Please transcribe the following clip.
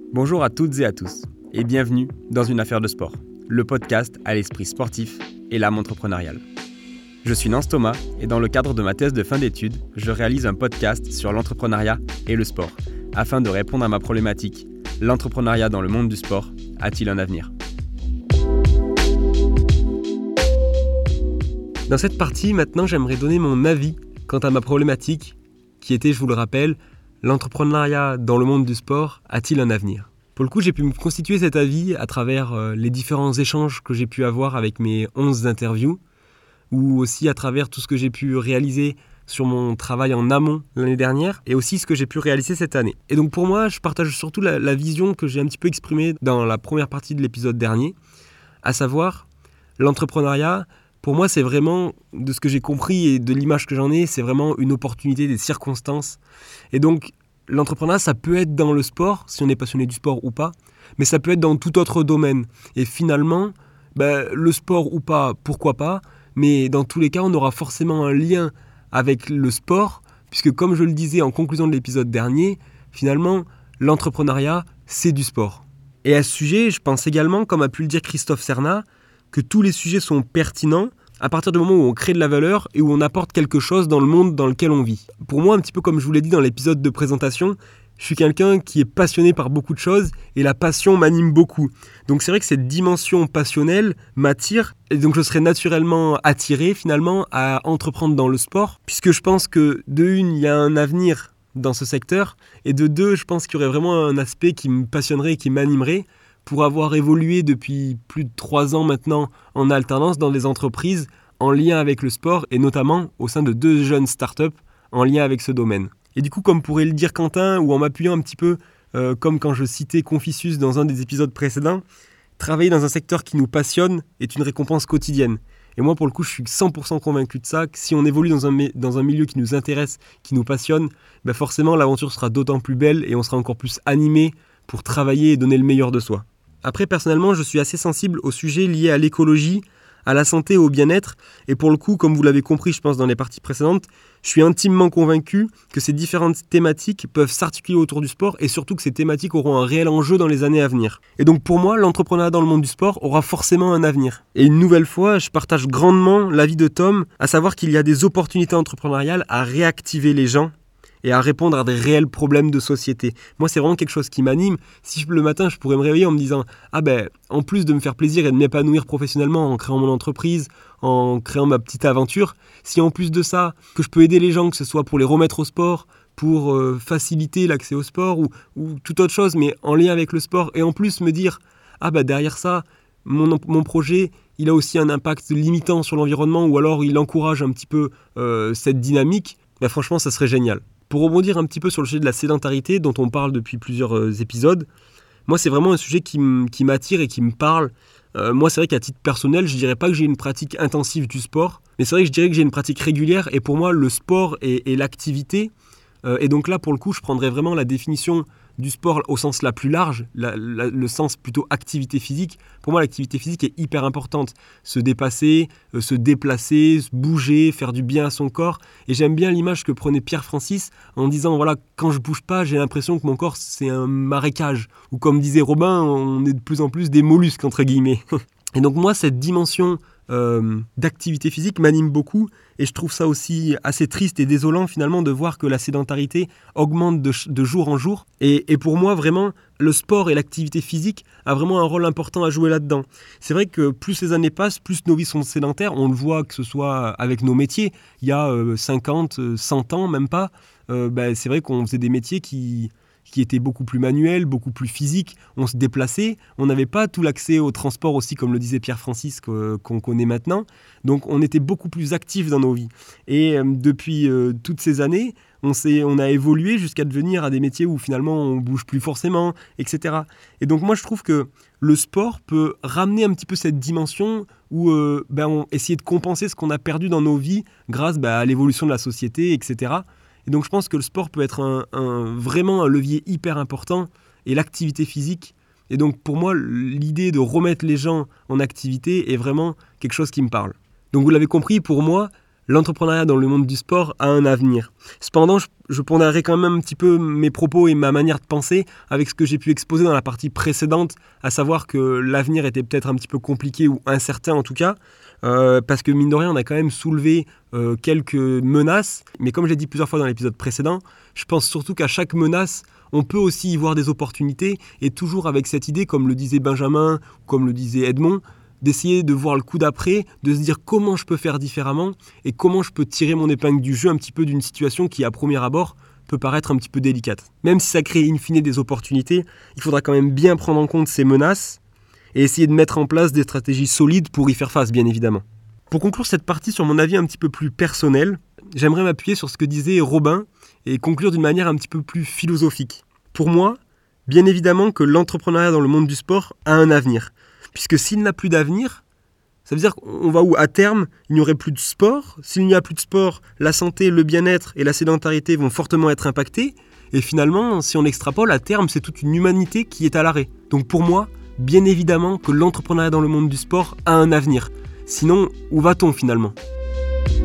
Bonjour à toutes et à tous, et bienvenue dans Une affaire de sport, le podcast à l'esprit sportif et l'âme entrepreneuriale. Je suis Nance Thomas, et dans le cadre de ma thèse de fin d'études, je réalise un podcast sur l'entrepreneuriat et le sport, afin de répondre à ma problématique, l'entrepreneuriat dans le monde du sport, a-t-il un avenir ? Dans cette partie, maintenant, j'aimerais donner mon avis quant à ma problématique, qui était, je vous le rappelle, l'entrepreneuriat dans le monde du sport a-t-il un avenir ? Pour le coup, j'ai pu me constituer cet avis à travers les différents échanges que j'ai pu avoir avec mes 11 interviews, ou aussi à travers tout ce que j'ai pu réaliser sur mon travail en amont l'année dernière, et aussi ce que j'ai pu réaliser cette année. Et donc pour moi, je partage surtout la vision que j'ai un petit peu exprimée dans la première partie de l'épisode dernier, à savoir l'entrepreneuriat. Pour moi, c'est vraiment, de ce que j'ai compris et de l'image que j'en ai, c'est vraiment une opportunité des circonstances. Et donc, l'entrepreneuriat, ça peut être dans le sport, si on est passionné du sport ou pas, mais ça peut être dans tout autre domaine. Et finalement, le sport ou pas, pourquoi pas, mais dans tous les cas, on aura forcément un lien avec le sport, puisque comme je le disais en conclusion de l'épisode dernier, finalement, l'entrepreneuriat, c'est du sport. Et à ce sujet, je pense également, comme a pu le dire Christophe Cernat, que tous les sujets sont pertinents à partir du moment où on crée de la valeur et où on apporte quelque chose dans le monde dans lequel on vit. Pour moi, un petit peu comme je vous l'ai dit dans l'épisode de présentation, je suis quelqu'un qui est passionné par beaucoup de choses et la passion m'anime beaucoup. Donc c'est vrai que cette dimension passionnelle m'attire et donc je serais naturellement attiré finalement à entreprendre dans le sport, puisque je pense que de une, il y a un avenir dans ce secteur et de deux, je pense qu'il y aurait vraiment un aspect qui me passionnerait et qui m'animerait, pour avoir évolué depuis plus de 3 ans maintenant en alternance dans des entreprises en lien avec le sport et notamment au sein de 2 jeunes startups en lien avec ce domaine. Et du coup, comme pourrait le dire Quentin, ou en m'appuyant un petit peu comme quand je citais Confucius dans un des épisodes précédents, travailler dans un secteur qui nous passionne est une récompense quotidienne. Et moi, pour le coup, je suis 100% convaincu de ça, que si on évolue dans un milieu qui nous intéresse, qui nous passionne, forcément l'aventure sera d'autant plus belle et on sera encore plus animé pour travailler et donner le meilleur de soi. Après, personnellement, je suis assez sensible aux sujets liés à l'écologie, à la santé et au bien-être. Et pour le coup, comme vous l'avez compris, je pense, dans les parties précédentes, je suis intimement convaincu que ces différentes thématiques peuvent s'articuler autour du sport et surtout que ces thématiques auront un réel enjeu dans les années à venir. Et donc pour moi, l'entrepreneuriat dans le monde du sport aura forcément un avenir. Et une nouvelle fois, je partage grandement l'avis de Tom, à savoir qu'il y a des opportunités entrepreneuriales à réactiver les gens et à répondre à des réels problèmes de société. Moi, c'est vraiment quelque chose qui m'anime. Si le matin, je pourrais me réveiller en me disant « en plus de me faire plaisir et de m'épanouir professionnellement en créant mon entreprise, en créant ma petite aventure, si en plus de ça, que je peux aider les gens, que ce soit pour les remettre au sport, pour faciliter l'accès au sport ou toute autre chose, mais en lien avec le sport, et en plus me dire « derrière ça, mon projet, il a aussi un impact limitant sur l'environnement ou alors il encourage un petit peu cette dynamique », franchement, ça serait génial. Pour rebondir un petit peu sur le sujet de la sédentarité dont on parle depuis plusieurs épisodes, moi c'est vraiment un sujet qui m'attire et qui me parle. Moi c'est vrai qu'à titre personnel, je dirais pas que j'ai une pratique intensive du sport, mais c'est vrai que je dirais que j'ai une pratique régulière et pour moi le sport et l'activité, et donc là pour le coup je prendrais vraiment la définition du sport au sens la plus large, le sens plutôt activité physique. Pour moi, l'activité physique est hyper importante. Se dépasser, se déplacer, se bouger, faire du bien à son corps. Et j'aime bien l'image que prenait Pierre Francis en disant, voilà, quand je bouge pas, j'ai l'impression que mon corps, c'est un marécage. Ou comme disait Robin, on est de plus en plus des mollusques, entre guillemets. Et donc moi, cette dimension d'activité physique m'anime beaucoup et je trouve ça aussi assez triste et désolant finalement de voir que la sédentarité augmente de jour en jour et pour moi vraiment le sport et l'activité physique a vraiment un rôle important à jouer là-dedans. C'est vrai que plus les années passent, plus nos vies sont sédentaires, on le voit que ce soit avec nos métiers, il y a 50, 100 ans même pas, c'est vrai qu'on faisait des métiers qui étaient beaucoup plus manuels, beaucoup plus physiques. On se déplaçait, on n'avait pas tout l'accès au transport aussi, comme le disait Pierre Francis, qu'on connaît maintenant. Donc on était beaucoup plus actifs dans nos vies. Et depuis toutes ces années, on a évolué jusqu'à devenir à des métiers où finalement on ne bouge plus forcément, etc. Et donc moi je trouve que le sport peut ramener un petit peu cette dimension où on essayer de compenser ce qu'on a perdu dans nos vies grâce à l'évolution de la société, etc. Et donc je pense que le sport peut être vraiment un levier hyper important et l'activité physique. Et donc pour moi, l'idée de remettre les gens en activité est vraiment quelque chose qui me parle. Donc vous l'avez compris, pour moi, l'entrepreneuriat dans le monde du sport a un avenir. Cependant, je pondérerai quand même un petit peu mes propos et ma manière de penser avec ce que j'ai pu exposer dans la partie précédente, à savoir que l'avenir était peut-être un petit peu compliqué ou incertain en tout cas, parce que mine de rien, on a quand même soulevé quelques menaces, mais comme je l'ai dit plusieurs fois dans l'épisode précédent, je pense surtout qu'à chaque menace, on peut aussi y voir des opportunités, et toujours avec cette idée, comme le disait Benjamin, comme le disait Edmond, d'essayer de voir le coup d'après, de se dire comment je peux faire différemment et comment je peux tirer mon épingle du jeu un petit peu d'une situation qui, à premier abord, peut paraître un petit peu délicate. Même si ça crée in fine des opportunités, il faudra quand même bien prendre en compte ces menaces et essayer de mettre en place des stratégies solides pour y faire face, bien évidemment. Pour conclure cette partie sur mon avis un petit peu plus personnel, j'aimerais m'appuyer sur ce que disait Robin et conclure d'une manière un petit peu plus philosophique. Pour moi, bien évidemment que l'entrepreneuriat dans le monde du sport a un avenir. Puisque s'il n'a plus d'avenir, ça veut dire qu'on va où à terme, il n'y aurait plus de sport. S'il n'y a plus de sport, la santé, le bien-être et la sédentarité vont fortement être impactés. Et finalement, si on extrapole, à terme, c'est toute une humanité qui est à l'arrêt. Donc pour moi, bien évidemment que l'entrepreneuriat dans le monde du sport a un avenir. Sinon, où va-t-on finalement ?